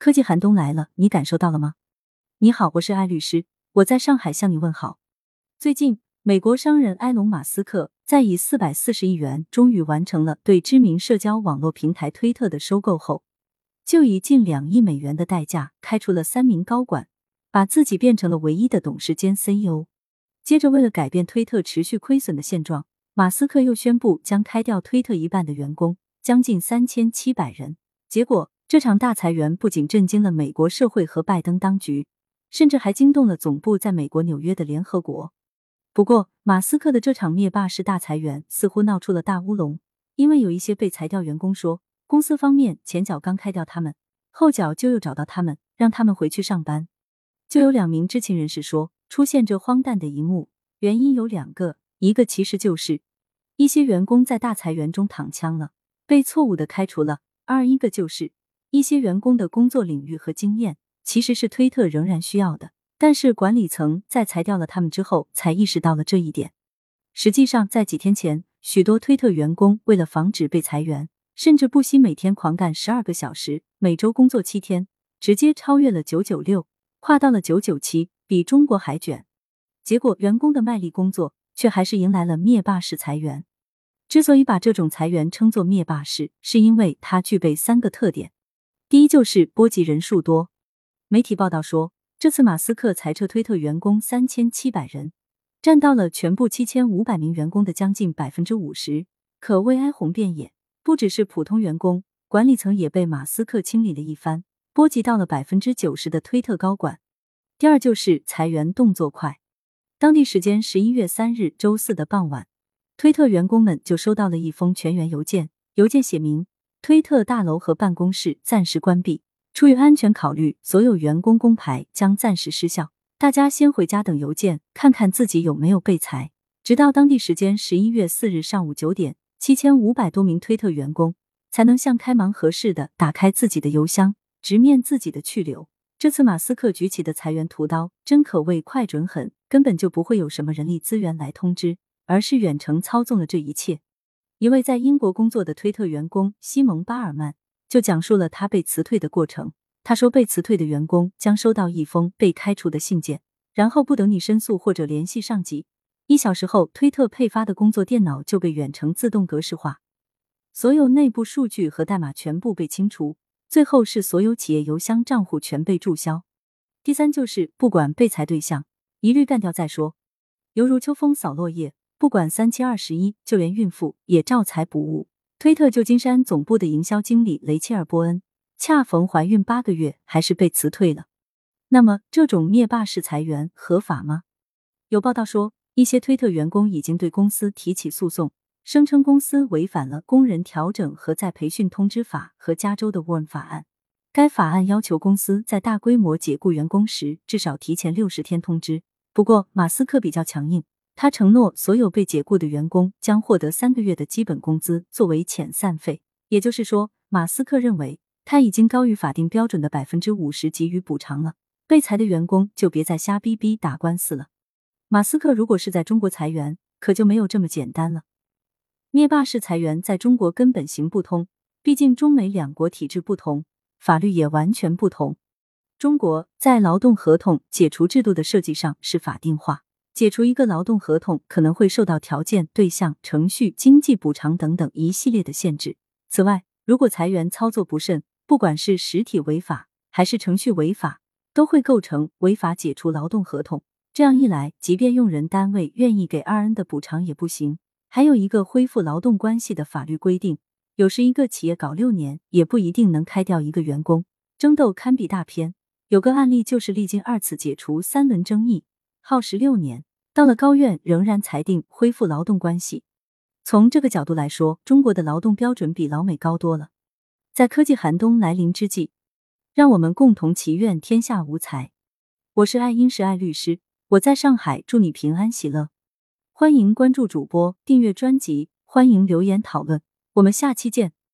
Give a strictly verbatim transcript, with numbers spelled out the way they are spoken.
科技寒冬来了，你感受到了吗？你好，我是艾律师，我在上海向你问好。最近，美国商人埃隆·马斯克在以四百四十亿元终于完成了对知名社交网络平台推特的收购后，就以近两亿美元的代价开除了三名高管，把自己变成了唯一的董事兼 C E O。接着，为了改变推特持续亏损的现状，马斯克又宣布将开掉推特一半的员工，将近三千七百人。结果，这场大裁员不仅震惊了美国社会和拜登当局，甚至还惊动了总部在美国纽约的联合国。不过，马斯克的这场灭霸式大裁员似乎闹出了大乌龙，因为有一些被裁掉员工说，公司方面前脚刚开掉他们，后脚就又找到他们，让他们回去上班。就有两名知情人士说，出现这荒诞的一幕，原因有两个，一个其实就是一些员工在大裁员中躺枪了，被错误的开除了；二一个就是一些员工的工作领域和经验其实是推特仍然需要的，但是管理层在裁掉了他们之后才意识到了这一点。实际上，在几天前，许多推特员工为了防止被裁员，甚至不惜每天狂干十二个小时，每周工作七天，直接超越了九九六，跨到了九九七，比中国还卷。结果员工的卖力工作却还是迎来了灭霸式裁员。之所以把这种裁员称作灭霸式，是因为它具备三个特点。第一就是波及人数多。媒体报道说，这次马斯克裁撤推特员工三千七百人，占到了全部七千五百名员工的将近 百分之五十， 可谓哀鸿遍野。不只是普通员工，管理层也被马斯克清理了一番，波及到了 百分之九十 的推特高管。第二就是裁员动作快。当地时间十一月三日周四的傍晚，推特员工们就收到了一封全员邮件，邮件写明推特大楼和办公室暂时关闭，出于安全考虑，所有员工工牌将暂时失效，大家先回家等邮件，看看自己有没有被裁。直到当地时间十一月四日上午九点，七千五百多名推特员工才能像开盲盒似的打开自己的邮箱，直面自己的去留。这次马斯克举起的裁员屠刀真可谓快准狠，根本就不会有什么人力资源来通知，而是远程操纵了这一切。一位在英国工作的推特员工西蒙·巴尔曼就讲述了他被辞退的过程。他说，被辞退的员工将收到一封被开除的信件，然后不等你申诉或者联系上级，一小时后推特配发的工作电脑就被远程自动格式化，所有内部数据和代码全部被清除，最后是所有企业邮箱账户全被注销。第三就是不管被裁对象，一律干掉再说，犹如秋风扫落叶，不管三七二十一，就连孕妇也照裁不误。推特旧金山总部的营销经理雷切尔·波恩恰逢怀孕八个月，还是被辞退了。那么，这种灭霸式裁员合法吗？有报道说，一些推特员工已经对公司提起诉讼，声称公司违反了工人调整和再培训通知法和加州的 W O R M 法案。该法案要求公司在大规模解雇员工时，至少提前六十天通知。不过，马斯克比较强硬，他承诺所有被解雇的员工将获得三个月的基本工资作为遣散费。也就是说，马斯克认为他已经高于法定标准的 百分之五十 给予补偿了，被裁的员工就别再瞎逼逼打官司了。马斯克如果是在中国裁员，可就没有这么简单了。灭霸式裁员在中国根本行不通，毕竟中美两国体制不同，法律也完全不同。中国在劳动合同解除制度的设计上是法定化，解除一个劳动合同可能会受到条件、对象、程序、经济补偿等等一系列的限制。此外，如果裁员操作不慎，不管是实体违法还是程序违法，都会构成违法解除劳动合同。这样一来，即便用人单位愿意给 二 N 的补偿也不行。还有一个恢复劳动关系的法律规定，有时一个企业搞六年也不一定能开掉一个员工，争斗堪比大片。有个案例就是历经二次解除三轮争议，耗时六年，到了高院仍然裁定恢复劳动关系。从这个角度来说，中国的劳动标准比老美高多了。在科技寒冬来临之际，让我们共同祈愿天下无裁。我是爱英石爱律师，我在上海，祝你平安喜乐。欢迎关注主播，订阅专辑，欢迎留言讨论，我们下期见。